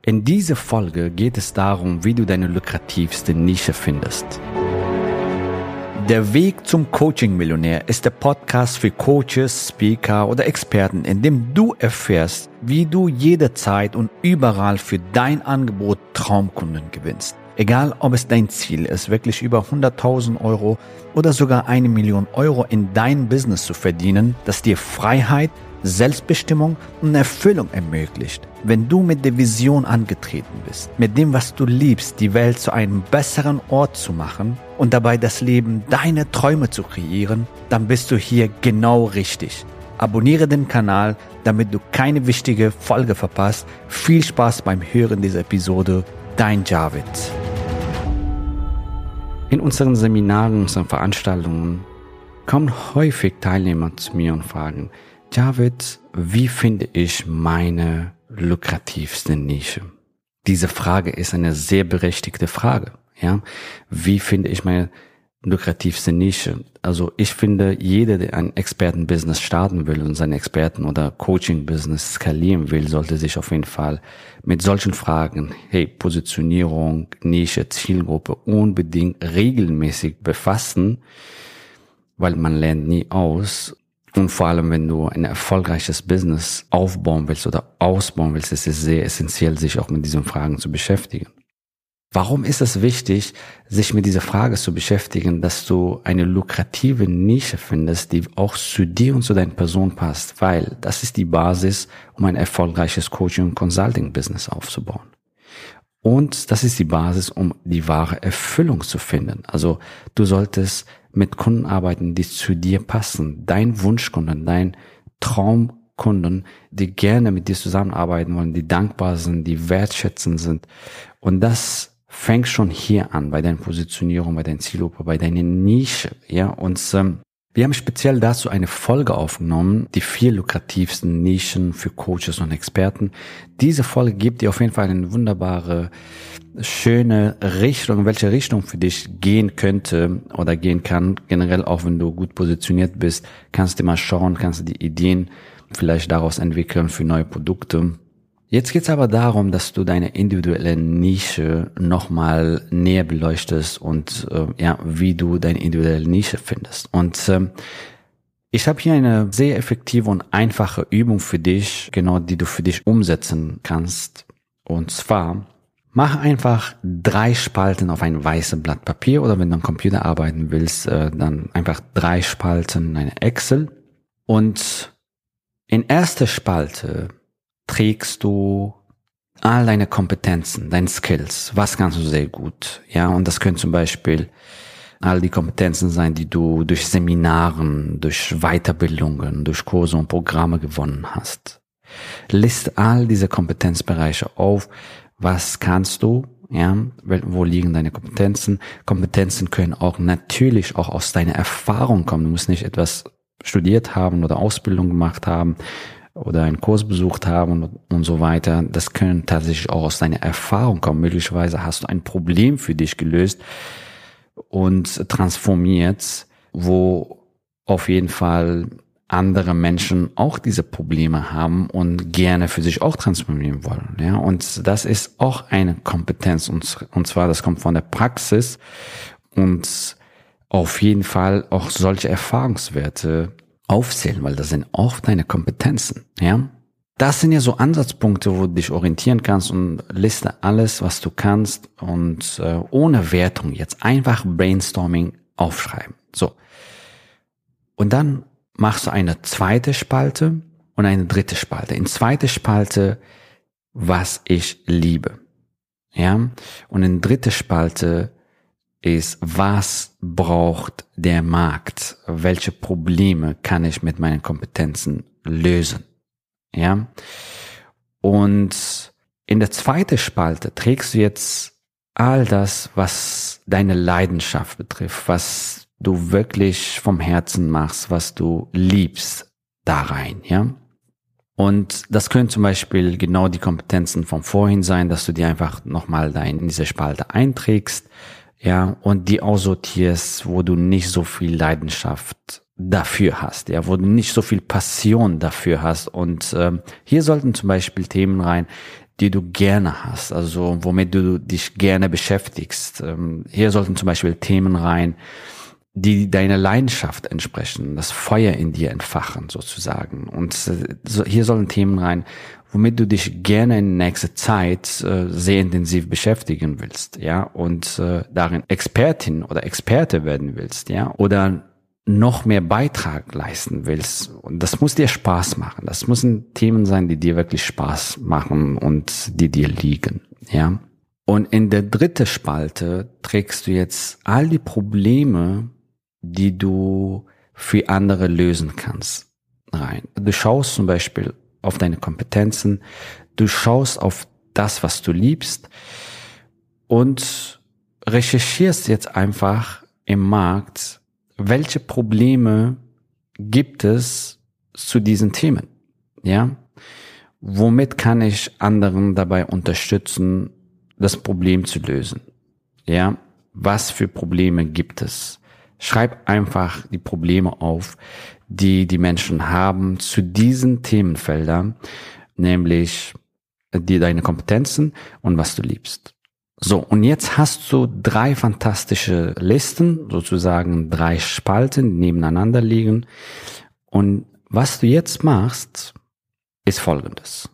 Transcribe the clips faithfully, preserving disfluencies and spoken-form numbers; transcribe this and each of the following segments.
In dieser Folge geht es darum, wie du deine lukrativste Nische findest. Der Weg zum Coaching-Millionär ist der Podcast für Coaches, Speaker oder Experten, in dem du erfährst, wie du jederzeit und überall für dein Angebot Traumkunden gewinnst. Egal, ob es dein Ziel ist, wirklich über hunderttausend Euro oder sogar eine Million Euro in dein Business zu verdienen, das dir Freiheit, Selbstbestimmung und Erfüllung ermöglicht. Wenn du mit der Vision angetreten bist, mit dem, was du liebst, die Welt zu einem besseren Ort zu machen und dabei das Leben deiner Träume zu kreieren, dann bist du hier genau richtig. Abonniere den Kanal, damit du keine wichtige Folge verpasst. Viel Spaß beim Hören dieser Episode. Dein Javid. In unseren Seminaren, unseren Veranstaltungen kommen häufig Teilnehmer zu mir und fragen: Javid, wie finde ich meine lukrativste Nische? Diese Frage ist eine sehr berechtigte Frage. Ja, wie finde ich meine lukrativste Nische? Also ich finde, jeder, der ein Expertenbusiness starten will und sein Experten- oder Coaching-Business skalieren will, sollte sich auf jeden Fall mit solchen Fragen, hey, Positionierung, Nische, Zielgruppe, unbedingt regelmäßig befassen, weil man lernt nie aus. Und vor allem, wenn du ein erfolgreiches Business aufbauen willst oder ausbauen willst, ist es sehr essentiell, sich auch mit diesen Fragen zu beschäftigen. Warum ist es wichtig, sich mit dieser Frage zu beschäftigen, dass du eine lukrative Nische findest, die auch zu dir und zu deiner Person passt? Weil das ist die Basis, um ein erfolgreiches Coaching- und Consulting-Business aufzubauen. Und das ist die Basis, um die wahre Erfüllung zu finden. Also du solltest mit Kunden arbeiten, die zu dir passen. Dein Wunschkunden, dein Traumkunden, die gerne mit dir zusammenarbeiten wollen, die dankbar sind, die wertschätzend sind. Und das fängt schon hier an, bei deiner Positionierung, bei deiner Zielgruppe, bei deiner Nische. Ja, und ähm, wir haben speziell dazu eine Folge aufgenommen, die vier lukrativsten Nischen für Coaches und Experten. Diese Folge gibt dir auf jeden Fall eine wunderbare, schöne Richtung, welche Richtung für dich gehen könnte oder gehen kann. Generell auch, wenn du gut positioniert bist, kannst du mal schauen, kannst du die Ideen vielleicht daraus entwickeln für neue Produkte. Jetzt geht's aber darum, dass du deine individuelle Nische nochmal näher beleuchtest und äh, ja, wie du deine individuelle Nische findest. Und ähm, ich habe hier eine sehr effektive und einfache Übung für dich, genau, die du für dich umsetzen kannst. Und zwar: mach einfach drei Spalten auf ein weißes Blatt Papier, oder wenn du am Computer arbeiten willst, äh, dann einfach drei Spalten in eine Excel. Und in erster Spalte trägst du all deine Kompetenzen, deine Skills. Was kannst du sehr gut? Ja, und das können zum Beispiel all die Kompetenzen sein, die du durch Seminaren, durch Weiterbildungen, durch Kurse und Programme gewonnen hast. List all diese Kompetenzbereiche auf. Was kannst du? Ja, wo liegen deine Kompetenzen? Kompetenzen können auch natürlich auch aus deiner Erfahrung kommen. Du musst nicht etwas studiert haben oder Ausbildung gemacht haben oder einen Kurs besucht haben und, und so weiter. Das können tatsächlich auch aus deiner Erfahrung kommen. Möglicherweise hast du ein Problem für dich gelöst und transformiert, wo auf jeden Fall andere Menschen auch diese Probleme haben und gerne für sich auch transformieren wollen. Ja, und das ist auch eine Kompetenz, und, und zwar, das kommt von der Praxis, und auf jeden Fall auch solche Erfahrungswerte aufzählen, weil das sind auch deine Kompetenzen. Ja, das sind ja so Ansatzpunkte, wo du dich orientieren kannst, und liste alles, was du kannst, und äh, ohne Wertung jetzt einfach Brainstorming aufschreiben. So. Und dann machst du eine zweite Spalte und eine dritte Spalte. In zweite Spalte, was ich liebe. Ja? Und in dritte Spalte ist, was braucht der Markt? Welche Probleme kann ich mit meinen Kompetenzen lösen? Ja? Und in der zweiten Spalte trägst du jetzt all das, was deine Leidenschaft betrifft, was du wirklich vom Herzen machst, was du liebst, da rein, ja. Und das können zum Beispiel genau die Kompetenzen vom Vorhin sein, dass du die einfach nochmal da in diese Spalte einträgst, ja, und die aussortierst, wo du nicht so viel Leidenschaft dafür hast, ja, wo du nicht so viel Passion dafür hast. Und ähm, hier sollten zum Beispiel Themen rein, die du gerne hast, also womit du dich gerne beschäftigst. Hier sollten zum Beispiel Themen rein, die deiner Leidenschaft entsprechen, das Feuer in dir entfachen sozusagen. Und hier sollen Themen rein, womit du dich gerne in nächster Zeit sehr intensiv beschäftigen willst, ja, und darin Expertin oder Experte werden willst, ja, oder noch mehr Beitrag leisten willst. Und das muss dir Spaß machen. Das müssen Themen sein, die dir wirklich Spaß machen und die dir liegen, ja. Und in der dritten Spalte trägst du jetzt all die Probleme, die du für andere lösen kannst, rein. Du schaust zum Beispiel auf deine Kompetenzen, du schaust auf das, was du liebst und recherchierst jetzt einfach im Markt, welche Probleme gibt es zu diesen Themen, ja? Womit kann ich anderen dabei unterstützen, das Problem zu lösen, ja? Was für Probleme gibt es? Schreib einfach die Probleme auf, die die Menschen haben zu diesen Themenfeldern, nämlich die deine Kompetenzen und was du liebst. So, und jetzt hast du drei fantastische Listen, sozusagen drei Spalten, die nebeneinander liegen. Und was du jetzt machst, ist Folgendes.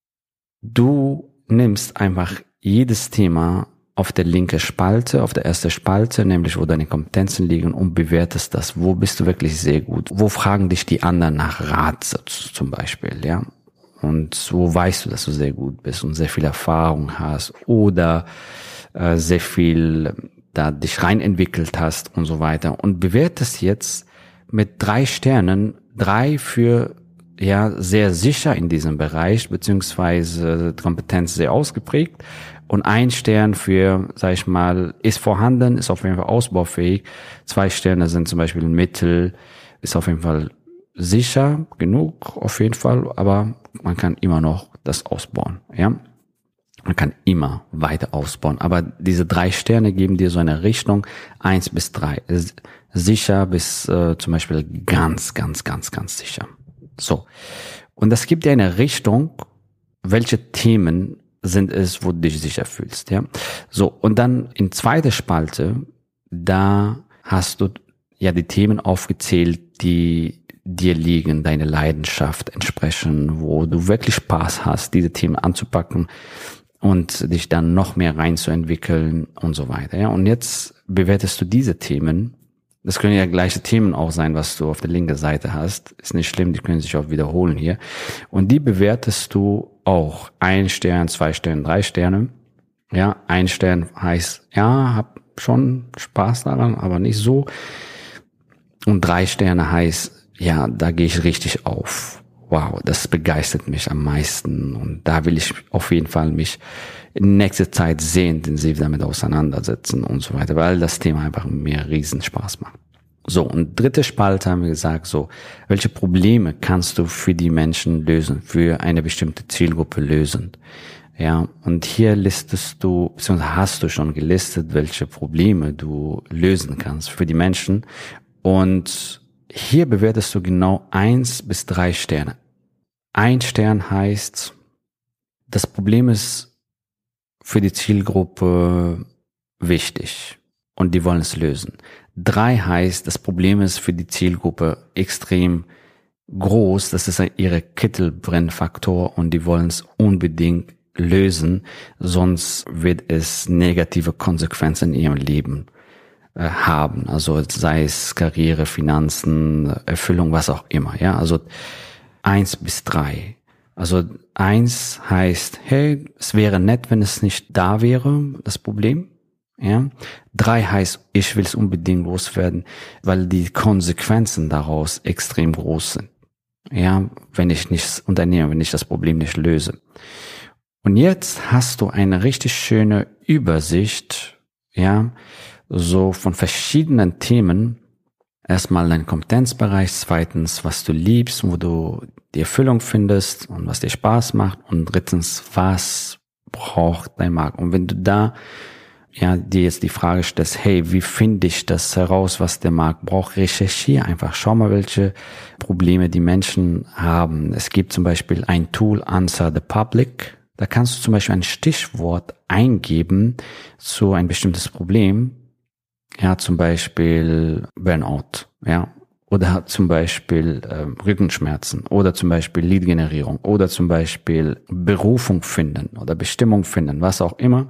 Du nimmst einfach jedes Thema auf der linken Spalte, auf der ersten Spalte, nämlich wo deine Kompetenzen liegen, und bewertest das. Wo bist du wirklich sehr gut? Wo fragen dich die anderen nach Rat zum Beispiel, ja? Und wo weißt du, dass du sehr gut bist und sehr viel Erfahrung hast oder äh, sehr viel da dich rein entwickelt hast und so weiter. Und bewertest jetzt mit drei Sternen, drei für ja sehr sicher in diesem Bereich, beziehungsweise Kompetenz sehr ausgeprägt, und ein Stern für, sag ich mal, ist vorhanden, ist auf jeden Fall ausbaufähig. Zwei Sterne sind zum Beispiel ein Mittel, ist auf jeden Fall sicher genug, auf jeden Fall, aber man kann immer noch das ausbauen, ja. Man kann immer weiter ausbauen, aber diese drei Sterne geben dir so eine Richtung, eins bis drei, sicher bis äh, zum Beispiel ganz, ganz, ganz, ganz sicher. So, und das gibt dir eine Richtung, welche Themen sind es, wo du dich sicher fühlst, ja. So, und dann in zweiter Spalte, da hast du ja die Themen aufgezählt, die dir liegen, deine Leidenschaft entsprechen, wo du wirklich Spaß hast, diese Themen anzupacken und dich dann noch mehr reinzuentwickeln und so weiter, ja. Und jetzt bewertest du diese Themen. Das können ja gleiche Themen auch sein, was du auf der linken Seite hast. Ist nicht schlimm, die können sich auch wiederholen hier. Und die bewertest du auch. Ein Stern, zwei Sterne, drei Sterne. Ja, ein Stern heißt, ja, hab schon Spaß daran, aber nicht so. Und drei Sterne heißt, ja, da gehe ich richtig auf. Wow, das begeistert mich am meisten. Und da will ich auf jeden Fall mich in nächster Zeit sehr intensiv damit auseinandersetzen und so weiter, weil das Thema einfach mir riesen Spaß macht. So, und dritte Spalte haben wir gesagt, so, welche Probleme kannst du für die Menschen lösen, für eine bestimmte Zielgruppe lösen? Ja, und hier listest du, beziehungsweise hast du schon gelistet, welche Probleme du lösen kannst für die Menschen. Und hier bewertest du genau eins bis drei Sterne. Ein Stern heißt, das Problem ist für die Zielgruppe wichtig und die wollen es lösen. Drei heißt, das Problem ist für die Zielgruppe extrem groß, das ist ihre Kittelbrennfaktor und die wollen es unbedingt lösen, sonst wird es negative Konsequenzen in ihrem Leben äh, haben. Also sei es Karriere, Finanzen, Erfüllung, was auch immer. Ja, also eins bis drei. Also eins heißt, hey, es wäre nett, wenn es nicht da wäre, das Problem. Ja. Drei heißt, ich will es unbedingt loswerden, weil die Konsequenzen daraus extrem groß sind. Ja, wenn ich nichts unternehme, wenn ich das Problem nicht löse. Und jetzt hast du eine richtig schöne Übersicht, ja, so von verschiedenen Themen. Erstmal dein Kompetenzbereich, zweitens, was du liebst, wo du die Erfüllung findest und was dir Spaß macht, und drittens, was braucht dein Markt. Und wenn du da ja dir jetzt die Frage stellst, hey, wie finde ich das heraus, was der Markt braucht, recherchiere einfach, schau mal, welche Probleme die Menschen haben. Es gibt zum Beispiel ein Tool, Answer the Public, Da kannst du zum Beispiel ein Stichwort eingeben zu ein bestimmtes Problem. Ja, zum Beispiel Burnout, ja, oder zum Beispiel äh, Rückenschmerzen oder zum Beispiel Lead-Generierung oder zum Beispiel Berufung finden oder Bestimmung finden, was auch immer.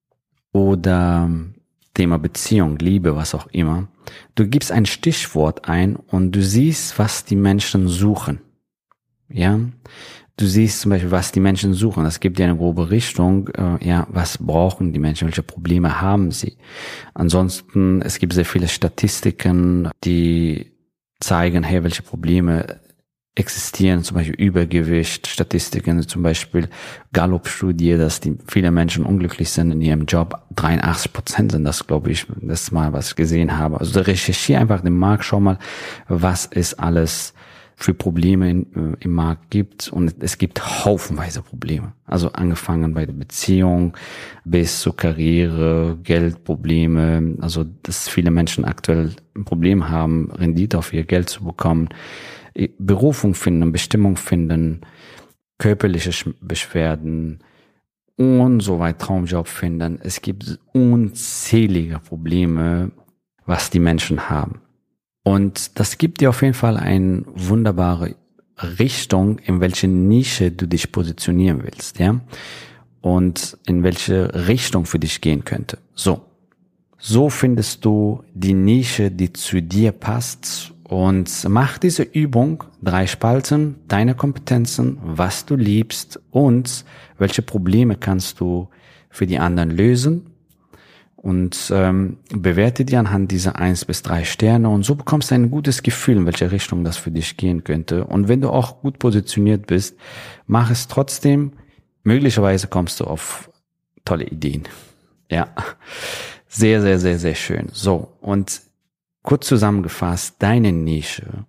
Oder Thema Beziehung, Liebe, was auch immer. Du gibst ein Stichwort ein und du siehst, was die Menschen suchen. Ja, du siehst zum Beispiel, was die Menschen suchen. Das gibt dir eine grobe Richtung. Äh, ja, was brauchen die Menschen? Welche Probleme haben sie? Ansonsten, es gibt sehr viele Statistiken, die zeigen, hey, welche Probleme existieren, zum Beispiel Übergewicht, Statistiken, zum Beispiel Gallup-Studie, dass die viele Menschen unglücklich sind in ihrem Job. dreiundachtzig Prozent sind das, glaube ich, das Mal, was ich gesehen habe. Also recherchiere einfach den Markt, schau mal, was es alles für Probleme in, im Markt gibt. Und es gibt haufenweise Probleme. Also angefangen bei der Beziehung bis zur Karriere, Geldprobleme. Also dass viele Menschen aktuell ein Problem haben, Rendite auf ihr Geld zu bekommen. Berufung finden, Bestimmung finden, körperliche Beschwerden und so weiter, Traumjob finden. Es gibt unzählige Probleme, was die Menschen haben. Und das gibt dir auf jeden Fall eine wunderbare Richtung, in welche Nische du dich positionieren willst, ja? Und in welche Richtung für dich gehen könnte. So. So findest du die Nische, die zu dir passt. Und mach diese Übung, drei Spalten, deine Kompetenzen, was du liebst und welche Probleme kannst du für die anderen lösen. Und ähm, bewerte die anhand dieser eins bis drei Sterne und so bekommst du ein gutes Gefühl, in welche Richtung das für dich gehen könnte. Und wenn du auch gut positioniert bist, mach es trotzdem. Möglicherweise kommst du auf tolle Ideen. Ja, sehr, sehr, sehr, sehr schön. So, und kurz zusammengefasst, deine Nische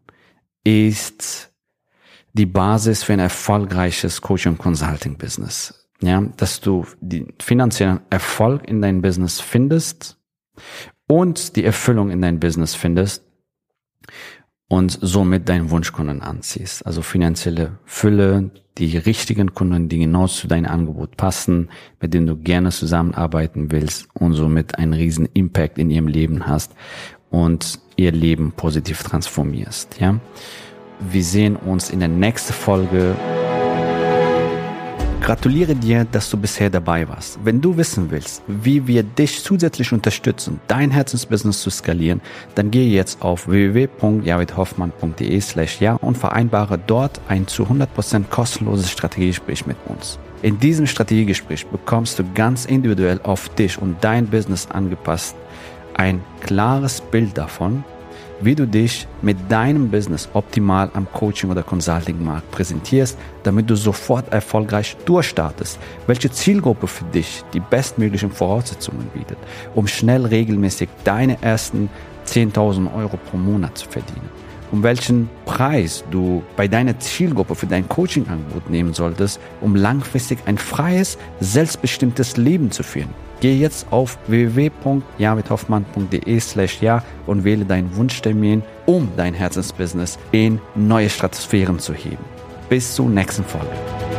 ist die Basis für ein erfolgreiches Coaching- und Consulting-Business. Ja, dass du den finanziellen Erfolg in dein Business findest und die Erfüllung in dein Business findest und somit deinen Wunschkunden anziehst. Also finanzielle Fülle, die richtigen Kunden, die genau zu deinem Angebot passen, mit denen du gerne zusammenarbeiten willst und somit einen riesen Impact in ihrem Leben hast und ihr Leben positiv transformierst. Ja, wir sehen uns in der nächsten Folge. Gratuliere dir, dass du bisher dabei warst. Wenn du wissen willst, wie wir dich zusätzlich unterstützen, dein Herzensbusiness zu skalieren, dann gehe jetzt auf w w w punkt javidhoffmann punkt de slash ja und vereinbare dort ein zu hundert Prozent kostenloses Strategiegespräch mit uns. In diesem Strategiegespräch bekommst du ganz individuell auf dich und dein Business angepasst ein klares Bild davon, wie du dich mit deinem Business optimal am Coaching- oder Consulting-Markt präsentierst, damit du sofort erfolgreich durchstartest, welche Zielgruppe für dich die bestmöglichen Voraussetzungen bietet, um schnell regelmäßig deine ersten zehntausend Euro pro Monat zu verdienen, um welchen Preis du bei deiner Zielgruppe für dein Coaching-Angebot nehmen solltest, um langfristig ein freies, selbstbestimmtes Leben zu führen. Gehe jetzt auf w w w punkt javidhoffmann punkt de slash ja und wähle deinen Wunschtermin, um dein Herzensbusiness in neue Stratosphären zu heben. Bis zur nächsten Folge.